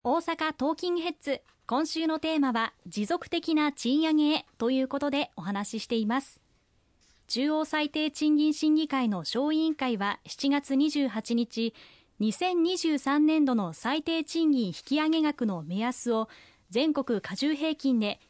大阪トーキングヘッズ、今週のテーマは持続的な賃上げへということでお話ししています。中央最低賃金審議会の小委員会は7月28日、2023年度の最低賃金引き上げ額の目安を全国加重平均で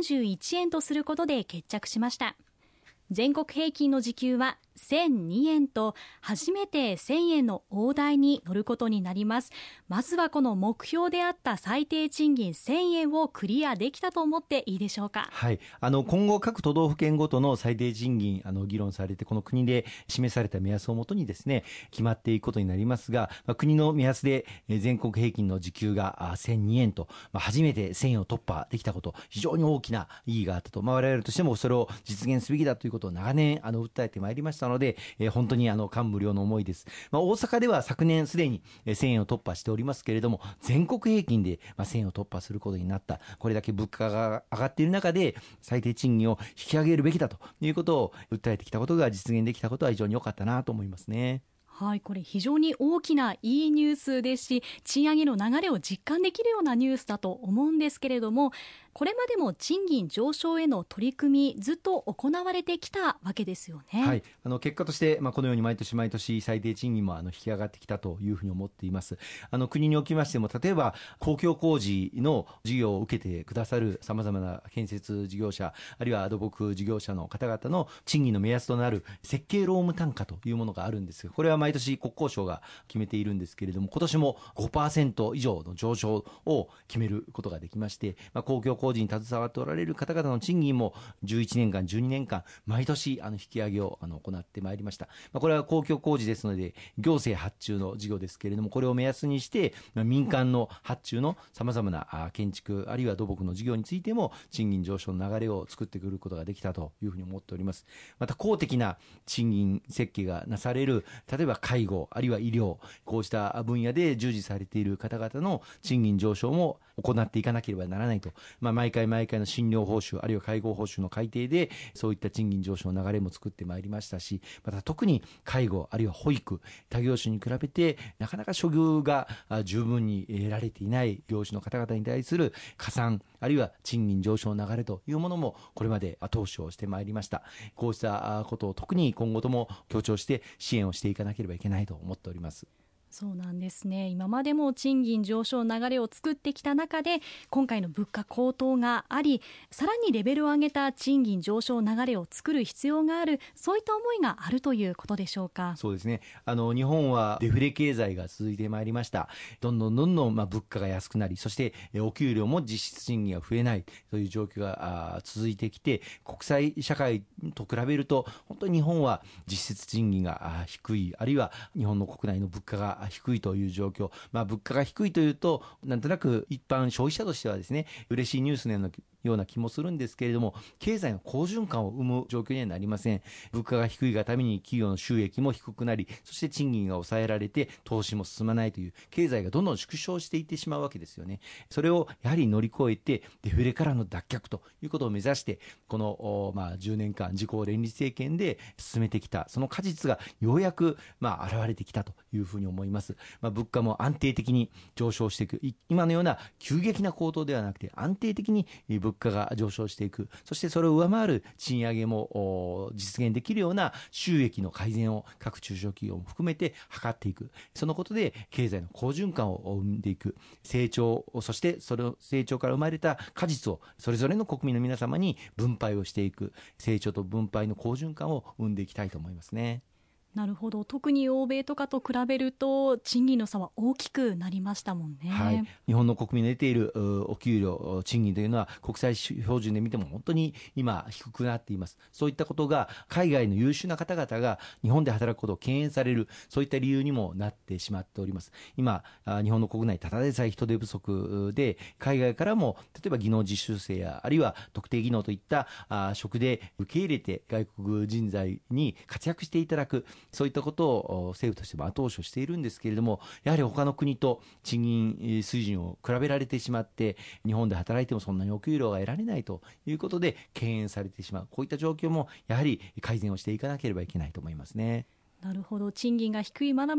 41円とすることで決着しました。全国平均の時給は1002円と初めて1000円の大台に乗ることになります。まずはこの目標であった最低賃金1000円をクリアできたと思っていいでしょうか。 はい、今後各都道府県ごとの最低賃金議論されて、この国で示された目安をもとにですね決まっていくことになりますが、国の目安で全国平均の時給が1002円と、初めて1000円を突破できたこと、非常に大きな意義があったと、我々としてもそれを実現すべきだということを長年訴えてまいりましたので、本当に感無量の思いです。大阪では昨年すでに1000円を突破しておりますけれども、全国平均で1000円を突破することになった。これだけ物価が上がっている中で最低賃金を引き上げるべきだということを訴えてきたことが実現できたことは非常に良かったなと思いますね。 はい、これ非常に大きないいニュースですし、賃上げの流れを実感できるようなニュースだと思うんですけれども、これまでも賃金上昇への取り組みずっと行われてきたわけですよね。 はい、結果として、このように毎年毎年最低賃金も引き上がってきたというふうに思っています。国におきましても、例えば公共工事の事業を受けてくださるさまざまな建設事業者、あるいは土木事業者の方々の賃金の目安となる設計労務単価というものがあるんですが、これは毎年国交省が決めているんですけれども、今年も 5% 以上の上昇を決めることができまして、公共工事に携わっておられる方々の賃金も11年間12年間毎年引き上げを行ってまいりました。これは公共工事ですので行政発注の事業ですけれども、これを目安にして民間の発注のさまざまな建築あるいは土木の事業についても賃金上昇の流れを作ってくることができたというふうに思っております。また公的な賃金設計がなされる、例えば介護あるいは医療、こうした分野で従事されている方々の賃金上昇も行っていかなければならないと、毎回毎回の診療報酬あるいは介護報酬の改定でそういった賃金上昇の流れも作ってまいりましたし、また特に介護あるいは保育他業種に比べてなかなか処遇が十分に得られていない業種の方々に対する加算あるいは賃金上昇の流れというものもこれまで後押しをしてまいりました。こうしたことを特に今後とも強調して支援をしていかなければいけないと思っております。 そうなんですね。今までも賃金上昇の流れを作ってきた中で今回の物価高騰があり、さらにレベルを上げた賃金上昇の流れを作る必要がある、そういった思いがあるということでしょうか。 そうですね、日本はデフレ経済が続いてまいりました。どんどん物価が安くなり、そしてお給料も実質賃金が増えないという状況が続いてきて、国際社会と比べると本当に日本は実質賃金が低い、あるいは日本の国内の物価が低いという状況、物価が低いというとなんとなく一般消費者としてはですね嬉しいニュースのような気もするんですけれども、経済の好循環を生む状況にはなりません。物価が低いがために企業の収益も低くなり、そして賃金が抑えられて投資も進まないという経済がどんどん縮小していってしまうわけですよね。それをやはり乗り越えてデフレからの脱却ということを目指してこの10年間自公連立政権で進めてきたその果実がようやく現れてきたというふうに思います。物価も安定的に上昇していく、今のような急激な高騰ではなくて安定的に物価が上昇していく、そしてそれを上回る賃上げも実現できるような収益の改善を各中小企業も含めて図っていく、そのことで経済の好循環を生んでいく、成長、そしてその成長から生まれた果実をそれぞれの国民の皆様に分配をしていく、成長と分配の好循環を生んでいきたいと思いますね。 なるほど。特に欧米とかと比べると賃金の差は大きくなりましたもんね。 はい、日本の国民の得ているお給料賃金というのは国際標準で見ても本当に今低くなっています。そういったことが海外の優秀な方々が日本で働くことを敬遠される、そういった理由にもなってしまっております。今日本の国内ただでさえ人手不足で、海外からも例えば技能実習生やあるいは特定技能といった職で受け入れて外国人材に活躍していただく、そういったことを政府としても後押しをしているんですけれども、やはり他の国と賃金水準を比べられてしまって日本で働いてもそんなにお給料が得られないということで敬遠されてしまう、こういった状況もやはり改善をしていかなければいけないと思いますね。 なるほど。賃金が低いまま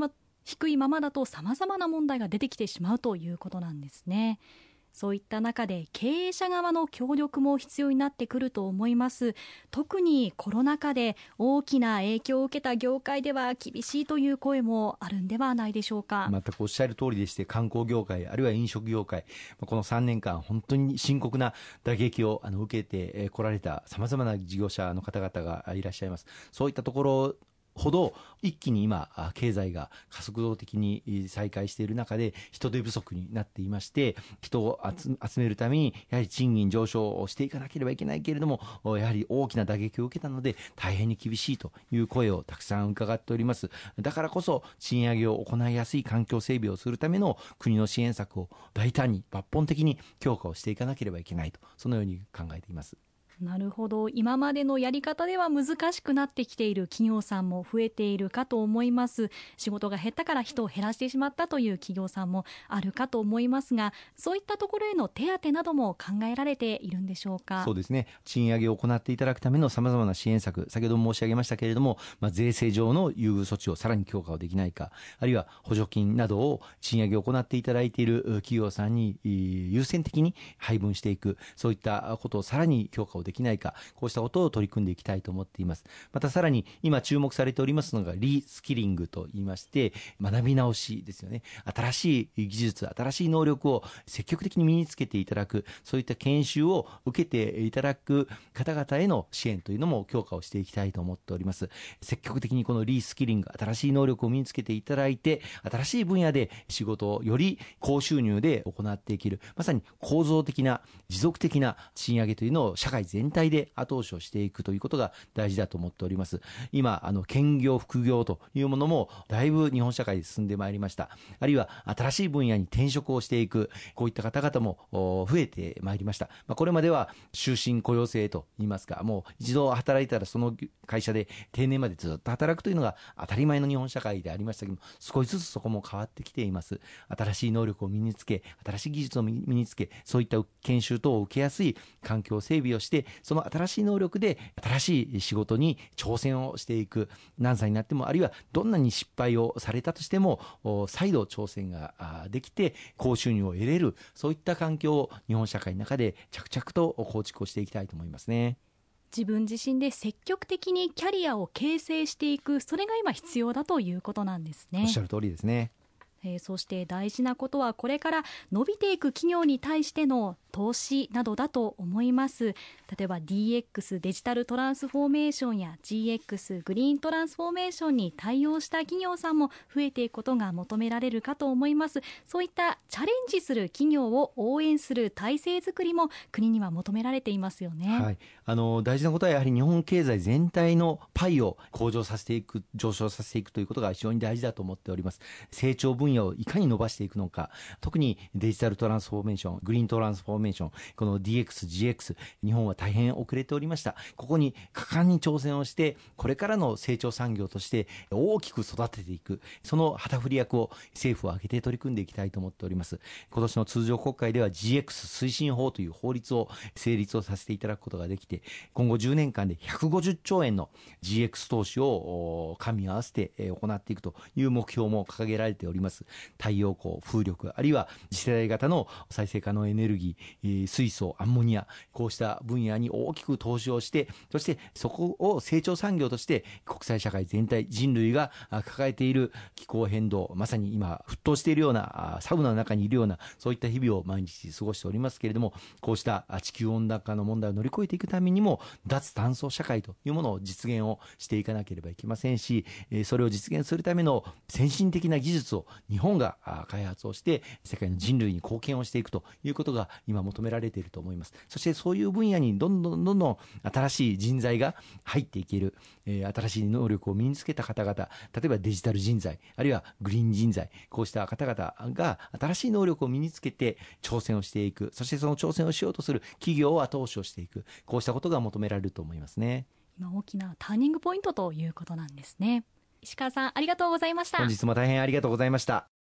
低いままだと様々な問題が出てきてしまうということなんですね。そういった中で経営者側の協力も必要になってくると思います。特にコロナ禍で大きな影響を受けた業界では厳しいという声もあるんではないでしょうか。 全くおっしゃる通りでして、観光業界あるいは飲食業界、この3年間本当に深刻な打撃を受けてこられたさまざまな事業者の方々がいらっしゃいます。そういったところほど一気に今経済が加速度的に再開している中で人手不足になっていまして、人を集めるためにやはり賃金上昇をしていかなければいけないけれども、やはり大きな打撃を受けたので大変に厳しいという声をたくさん伺っております。だからこそ賃上げを行いやすい環境整備をするための国の支援策を大胆に抜本的に強化をしていかなければいけないと、そのように考えています。 なるほど。今までのやり方では難しくなってきている企業さんも増えているかと思います。仕事が減ったから人を減らしてしまったという企業さんもあるかと思いますが、そういったところへの手当なども考えられているんでしょうか。 そうですね。賃上げを行っていただくためのさまざまな支援策、先ほども申し上げましたけれども、税制上の優遇措置をさらに強化をできないか、あるいは補助金などを賃上げを行っていただいている企業さんに優先的に配分していく、そういったことをさらに強化をできないか、こうしたことを取り組んでいきたいと思っています。またさらに今注目されておりますのがリスキリングといいまして、学び直しですよね。新しい技術、新しい能力を積極的に身につけていただく、そういった研修を受けていただく方々への支援というのも強化をしていきたいと思っております。積極的にこのリスキリング、新しい能力を身につけていただいて、新しい分野で仕事をより高収入で行っていける、まさに構造的な持続的な賃上げというのを社会全体で後押しをしていくということが大事だと思っております。今兼業副業というものもだいぶ日本社会で進んでまいりました。あるいは新しい分野に転職をしていく、こういった方々も増えてまいりました。これまでは終身雇用制といいますか、もう一度働いたらその会社で定年までずっと働くというのが当たり前の日本社会でありましたけども、少しずつそこも変わってきています。新しい能力を身につけ、新しい技術を身につけ、そういった研修等を受けやすい環境整備をして、その新しい能力で新しい仕事に挑戦をしていく。何歳になっても、あるいはどんなに失敗をされたとしても再度挑戦ができて高収入を得れる、そういった環境を日本社会の中で着々と構築をしていきたいと思いますね。 自分自身で積極的にキャリアを形成していく、それが今必要だということなんですね。 おっしゃる通りですね。 そして大事なことはこれから伸びていく企業に対しての投資などだと思います。例えば DX デジタルトランスフォーメーションや GX グリーントランスフォーメーションに対応した企業さんも増えていくことが求められるかと思います。そういったチャレンジする企業を応援する体制づくりも国には求められていますよね。 はい、大事なことはやはり日本経済全体のパイを向上させていく、上昇させていくということが非常に大事だと思っております。成長分野をいかに伸ばしていくのか、特にデジタルトランスフォーメーション、グリーントランスフォーメーション、この DX、GX、日本は大変遅れておりました。ここに果敢に挑戦をして、これからの成長産業として大きく育てていく、その旗振り役を政府を挙げて取り組んでいきたいと思っております。今年の通常国会では GX 推進法という法律を成立をさせていただくことができて、今後10年間で150兆円の GX 投資を官民合わせて行っていくという目標も掲げられております。太陽光、風力、あるいは次世代型の再生可能エネルギー、水素、アンモニア、こうした分野に大きく投資をして、そしてそこを成長産業として国際社会全体、人類が抱えている気候変動、まさに今沸騰しているようなサウナの中にいるような、そういった日々を毎日過ごしておりますけれども、こうした地球温暖化の問題を乗り越えていくためにも脱炭素社会というものを実現をしていかなければいけませんし、それを実現するための先進的な技術を日本が開発をして世界の人類に貢献をしていくということが今求められていると思います。そしてそういう分野にどんどん新しい人材が入っていける、新しい能力を身につけた方々、例えばデジタル人材、あるいはグリーン人材、こうした方々が新しい能力を身につけて挑戦をしていく、そしてその挑戦をしようとする企業を後押しをしていく、こうしたことが求められると思いますね。 今大きなターニングポイントということなんですね。石川さん、ありがとうございました。 本日も大変ありがとうございました。